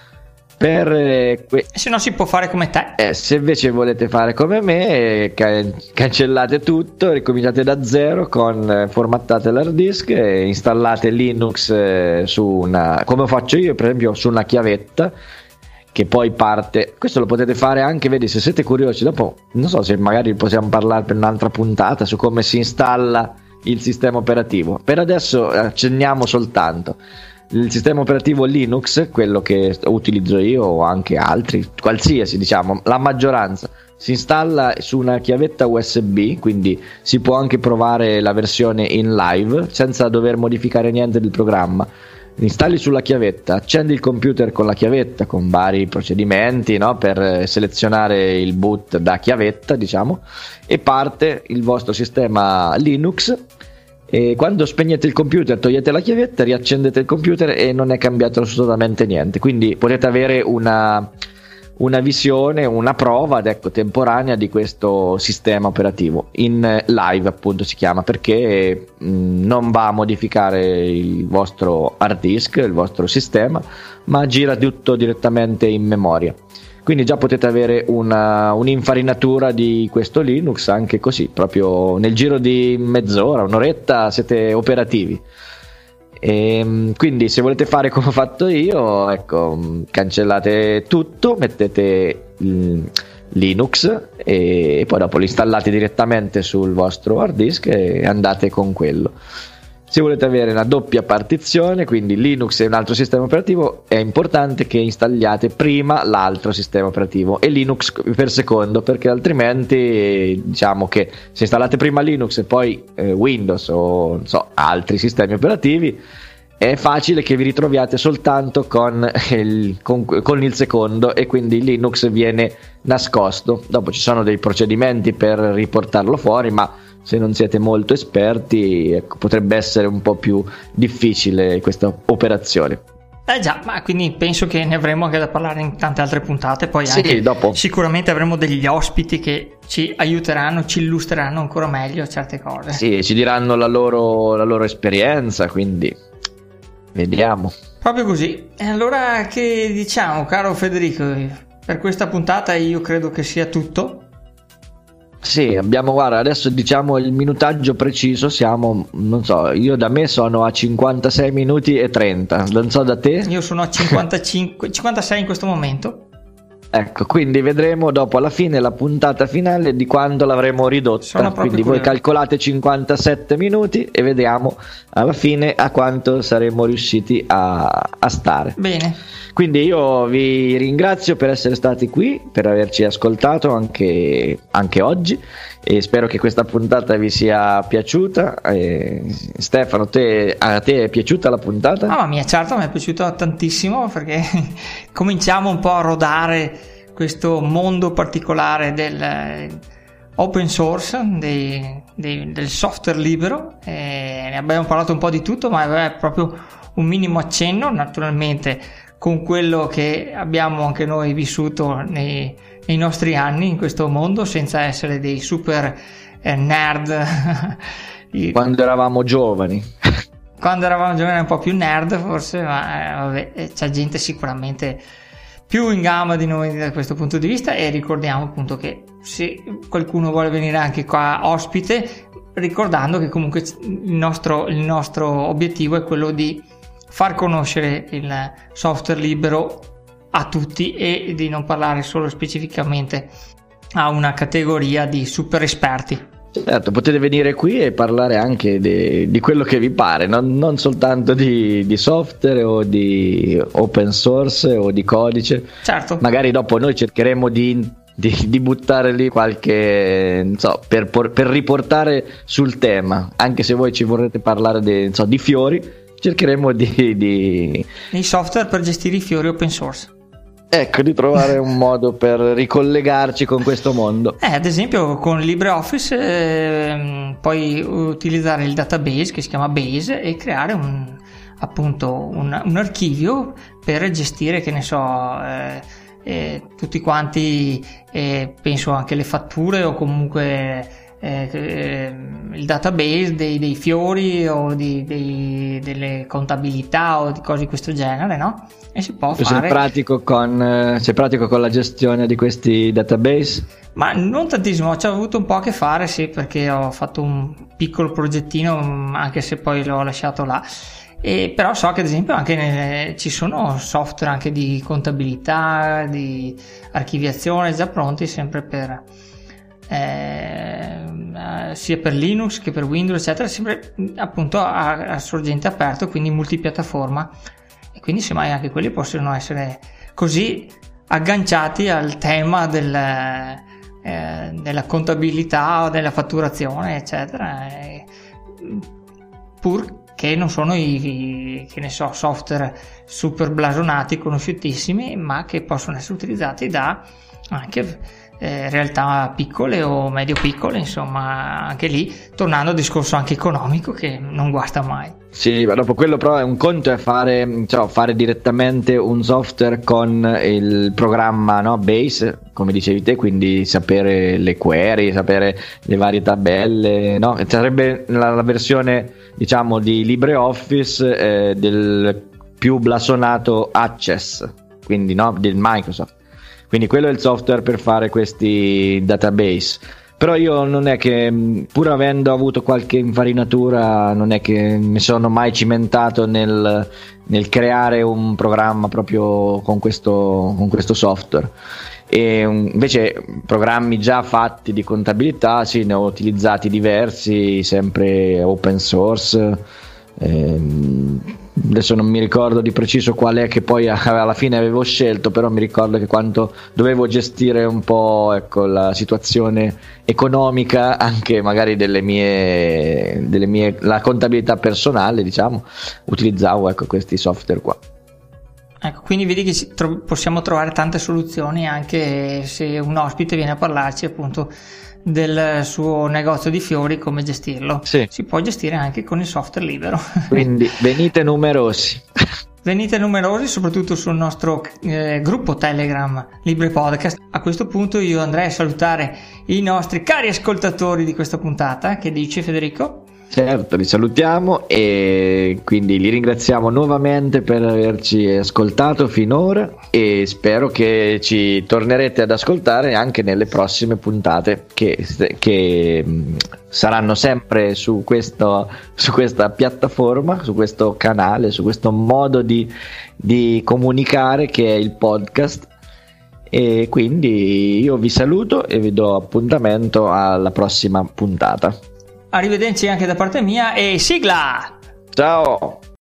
Se no si può fare come te. Se invece volete fare come me, cancellate tutto, ricominciate da zero, formattate l'hard disk e installate Linux come faccio io per esempio, su una chiavetta che poi parte. Questo lo potete fare anche, vedi, se siete curiosi, dopo non so se magari possiamo parlare per un'altra puntata su come si installa il sistema operativo. Per adesso accenniamo soltanto il sistema operativo Linux, quello che utilizzo io o anche altri, qualsiasi, diciamo la maggioranza, si installa su una chiavetta USB, quindi si può anche provare la versione in live senza dover modificare niente del programma. Installi sulla chiavetta, accendi il computer con la chiavetta con vari procedimenti, no? Per selezionare il boot da chiavetta, diciamo, e parte il vostro sistema Linux. E quando spegnete il computer, togliete la chiavetta, riaccendete il computer e non è cambiato assolutamente niente. Quindi potete avere una visione, una prova temporanea di questo sistema operativo in live, appunto si chiama, perché non va a modificare il vostro hard disk, il vostro sistema, ma gira tutto direttamente in memoria. Quindi già potete avere un'infarinatura di questo Linux, anche così, proprio nel giro di mezz'ora, un'oretta siete operativi. E quindi se volete fare come ho fatto io, cancellate tutto, mettete Linux e poi dopo lo installate direttamente sul vostro hard disk e andate con quello. Se volete avere una doppia partizione, quindi Linux e un altro sistema operativo, è importante che installiate prima l'altro sistema operativo e Linux per secondo, perché altrimenti diciamo che se installate prima Linux e poi Windows o altri sistemi operativi, è facile che vi ritroviate soltanto con il secondo, e quindi Linux viene nascosto. Dopo ci sono dei procedimenti per riportarlo fuori, ma se non siete molto esperti, ecco, potrebbe essere un po' più difficile questa operazione. Già, ma quindi penso che ne avremo anche da parlare in tante altre puntate, poi sì, anche dopo sicuramente avremo degli ospiti che ci aiuteranno, ci illustreranno ancora meglio certe cose. Sì, ci diranno la loro esperienza, quindi vediamo. Proprio così. E allora che diciamo, caro Federico, per questa puntata io credo che sia tutto. Sì, guarda, adesso diciamo il minutaggio preciso, siamo, non so, io da me sono a 56 minuti e 30, non so da te? Io sono a 56 in questo momento. Ecco, quindi vedremo dopo alla fine la puntata finale di quando l'avremo ridotta, quindi voi calcolate 57 minuti e vediamo alla fine a quanto saremo riusciti a stare. Bene. Quindi io vi ringrazio per essere stati qui, per averci ascoltato anche oggi, e spero che questa puntata vi sia piaciuta. Stefano, a te è piaciuta la puntata? Mamma mia, certo, mi è piaciuta tantissimo, perché cominciamo un po' a rodare questo mondo particolare del open source, del software libero. Ne abbiamo parlato un po' di tutto, ma è proprio un minimo accenno, naturalmente, con quello che abbiamo anche noi vissuto nei nostri anni in questo mondo, senza essere dei super nerd. Quando eravamo giovani. Quando eravamo giovani un po' più nerd forse, ma vabbè, c'è gente sicuramente più in gamba di noi da questo punto di vista, e ricordiamo appunto che se qualcuno vuole venire anche qua ospite, ricordando che comunque il nostro obiettivo è quello di far conoscere il software libero a tutti e di non parlare solo specificamente a una categoria di super esperti. Certo, potete venire qui e parlare anche di quello che vi pare, non soltanto di software o di open source o di codice. Certo. Magari dopo noi cercheremo di buttare lì qualche, non so, per riportare sul tema, anche se voi ci vorrete parlare di fiori, cercheremo di software per gestire i fiori open source. Ecco, di trovare un modo per ricollegarci con questo mondo. Ad esempio con LibreOffice puoi utilizzare il database che si chiama Base e creare un archivio per gestire, che ne so, tutti quanti, penso anche le fatture, o comunque il database dei fiori o delle contabilità o di cose di questo genere, no? E si può fare. Sei pratico con la gestione di questi database? Ma non tantissimo, ci ho avuto un po' a che fare, sì, perché ho fatto un piccolo progettino, anche se poi l'ho lasciato là. Però so che ad esempio anche ci sono software anche di contabilità, di archiviazione già pronti, sempre per sia per Linux che per Windows, eccetera, sempre appunto a sorgente aperto, quindi multipiattaforma, e quindi semmai anche quelli possono essere così agganciati al tema della contabilità o della fatturazione, eccetera, pur che non sono che ne so, software super blasonati, conosciutissimi, ma che possono essere utilizzati da anche realtà piccole o medio piccole, insomma, anche lì tornando al discorso anche economico, che non guasta mai. Sì, ma dopo quello però è un conto è fare direttamente un software con il programma, no, Base, come dicevi te, quindi sapere le query, sapere le varie tabelle, no? Sarebbe la versione, diciamo, di LibreOffice del più blasonato Access, quindi, no, del Microsoft. Quindi quello è il software per fare questi database. Però io non è che, pur avendo avuto qualche infarinatura, non è che mi sono mai cimentato nel creare un programma proprio con questo software. E invece programmi già fatti di contabilità, sì, ne ho utilizzati diversi, sempre open source, adesso non mi ricordo di preciso qual è che poi alla fine avevo scelto, però mi ricordo che quando dovevo gestire un po', ecco, la situazione economica, anche magari delle mie la contabilità personale, diciamo, utilizzavo, ecco, questi software qua. Ecco, quindi vedi che possiamo trovare tante soluzioni anche se un ospite viene a parlarci appunto del suo negozio di fiori, come gestirlo. Sì. Si può gestire anche con il software libero. Quindi venite numerosi. Venite numerosi, soprattutto sul nostro gruppo Telegram Libri Podcast. A questo punto io andrei a salutare i nostri cari ascoltatori di questa puntata. Che dici, Federico? Certo, li salutiamo e quindi li ringraziamo nuovamente per averci ascoltato finora e spero che ci tornerete ad ascoltare anche nelle prossime puntate che saranno sempre su questa piattaforma, su questo canale, su questo modo di comunicare che è il podcast. E quindi io vi saluto e vi do appuntamento alla prossima puntata. Arrivederci anche da parte mia e sigla! Ciao!